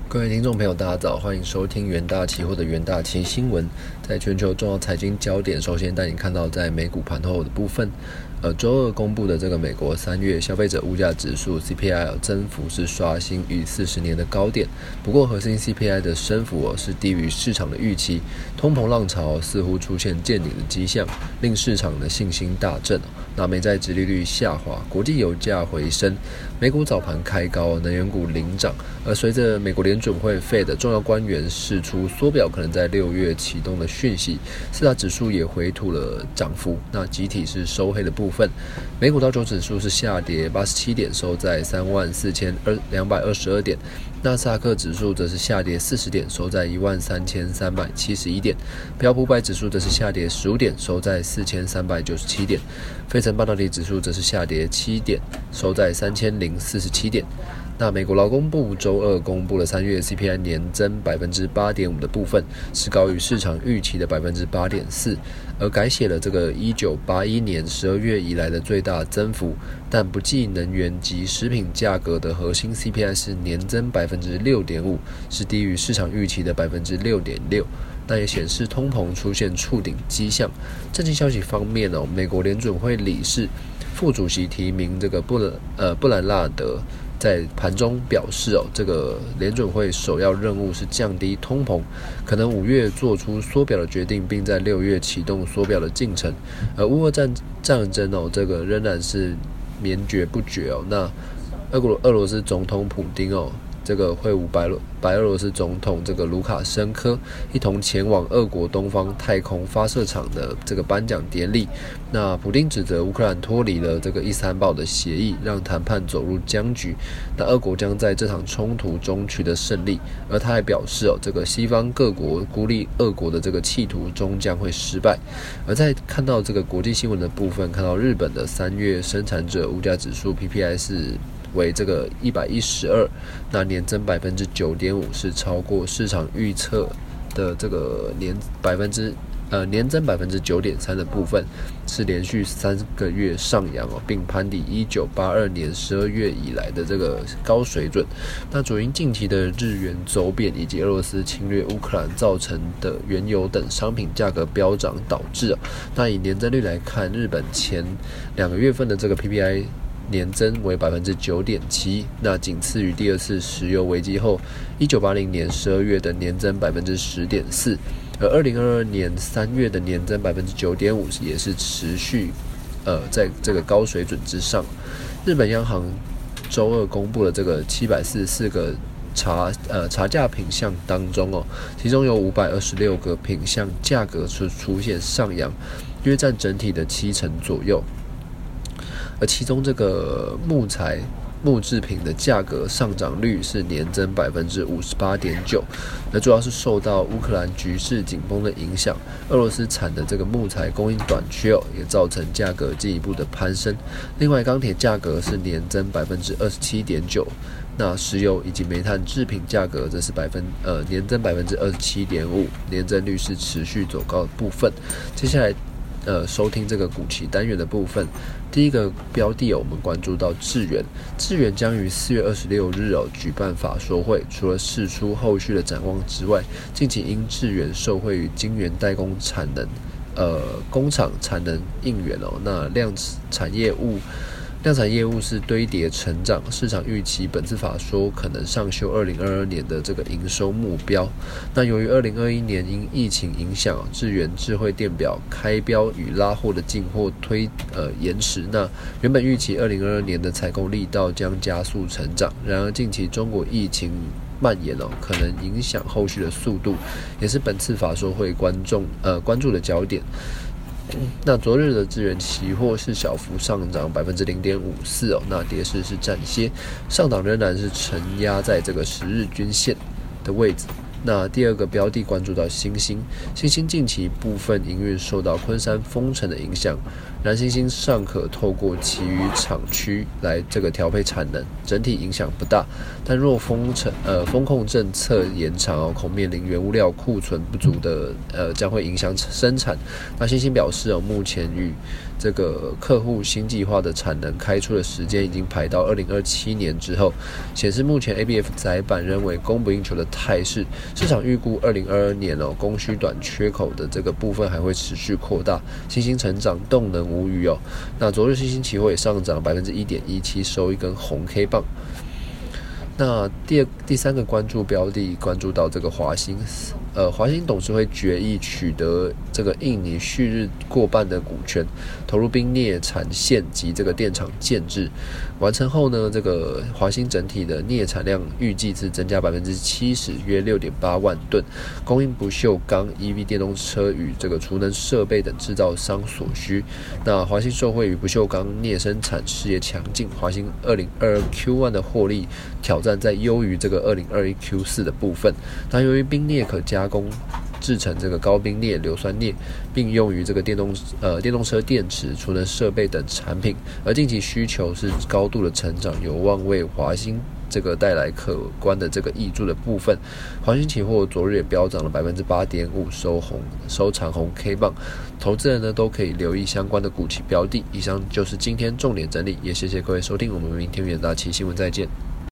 各位听众朋友，大家早，欢迎收听元大期货的元大期新闻。在全球重要财经焦点，首先带你看到在美股盘后的部分。周二公布的这个美国3月消费者物价指数 CPI 增幅是刷新逾40年的高点，不过核心 CPI 的升幅是低于市场的预期，通膨浪潮似乎出现见顶的迹象，令市场的信心大振。那美债殖利率下滑，国际油价回升，美股早盘开高，能源股领涨。而随着美国联准会 Fed 的重要官员释出缩表可能在6月启动的讯息，四大指数也回吐了涨幅，那集体是收黑的部分。美股道琼指数是下跌87点，收在34,222点。纳斯达克指数则是下跌40点，收在13,371点。标普500指数则是下跌15点，收在4,397点。费城半导体指数则是下跌7点，收在3,047点。那美国劳工部周二公布了3月 CPI 年增 8.5% 的部分，是高于市场预期的 8.4%， 而改写了这个1981年12月以来的最大增幅，但不计能源及食品价格的核心 CPI 是年增 6.5%， 是低于市场预期的 6.6%。那也显示通膨出现触顶迹象。政经消息方面，美国联准会理事、副主席提名这个布兰纳德在盘中表示，这个联准会首要任务是降低通膨，可能5月做出缩表的决定，并在6月启动缩表的进程。而乌俄战争这个仍然是绵绝不绝。那俄罗斯总统普丁这个会晤白俄罗斯总统这个卢卡申科，一同前往俄国东方太空发射场的这个颁奖典礼。那普丁指责乌克兰脱离了这个伊斯坦堡的协议，让谈判走入僵局。那俄国将在这场冲突中取得胜利，而他还表示这个西方各国孤立俄国的这个企图终将会失败。而在看到这个国际新闻的部分，看到日本的3月生产者物价指数 PPI 是为这个112，那年增 9.5%， 是超过市场预测的这个年增 9.3% 的部分，是连续3个月上扬并攀抵1982年12月以来的这个高水准。那主因近期的日元走贬以及俄罗斯侵略乌克兰造成的原油等商品价格飙涨导致。那以年增率来看，日本前2个月份的这个 PPI年增为 9.7%， 那仅次于第二次石油危机后1980年12月的年增 10.4%， 而2022年3月的年增 9.5% 也是持续在这个高水准之上。日本央行周二公布了这个744个茶价品项当中其中有526个品项价格出现上扬，约占整体的70%左右。而其中这个木制品的价格上涨率是年增 58.9%， 那主要是受到乌克兰局势紧绷的影响，俄罗斯产的这个木材供应短缺也造成价格进一步的攀升。另外，钢铁价格是年增 27.9%， 那石油以及煤炭制品价格则是年增 27.5%， 年增率是持续走高的部分。接下来收听这个股期单元的部分，第一个标的我们关注到智原将于4月26日举办法说会，除了释出后续的展望之外，近期因智原受惠于晶圆代工产能工厂产能应援那量产业务是堆叠成长，市场预期本次法说可能上修2022年的这个营收目标。那由于2021年因疫情影响，智原智慧电表开标与拉货的进货延迟，那原本预期2022年的采购力道将加速成长，然而近期中国疫情蔓延可能影响后续的速度，也是本次法说会关注的焦点。那昨日的智原期货是小幅上涨 0.54%， 那跌势是暂歇，上档仍然是承压在这个10日均线的位置。 那第二个标的关注到新兴近期部分营运受到昆山封城的影响，然新兴尚可透过其余厂区来这个调配产能，整体影响不大。但若封控政策延长恐面临原物料库存不足的将会影响生产。那新兴表示目前与这个客户新计划的产能开出的时间已经排到2027年之后，显示目前 ABF 载板认为供不应求的态势，市场预估2022年供需短缺口的这个部分还会持续扩大，新兴成长动能无虞那昨日新兴期货也上涨 1.17%， 收一根红 K 棒。那第三个关注标的关注到这个华兴，华兴董事会决议取得这个印尼旭日过半的股权，投入冰镍产线及这个电厂建制，完成后呢，这个华兴整体的镍产量预计是增加 70%， 约 6.8 万吨，供应不锈钢、EV 电动车与这个储能设备等制造商所需。那华兴受惠于不锈钢镍生产事业强劲，华兴2022 Q1 的获利挑战在优于这个2021 Q4 的部分。那由于冰镍可加工制成这个高冰镍、硫酸镍，并用于这个电动车电池、储能设备等产品，而近期需求是高度的成长，有望为华兴这个带来可观的这个挹注的部分。华兴期货昨日也飙涨了 8.5%， 收长红 K 棒，投资人呢都可以留意相关的股期标的。以上就是今天重点整理，也谢谢各位收听，我们明天元大期新闻再见。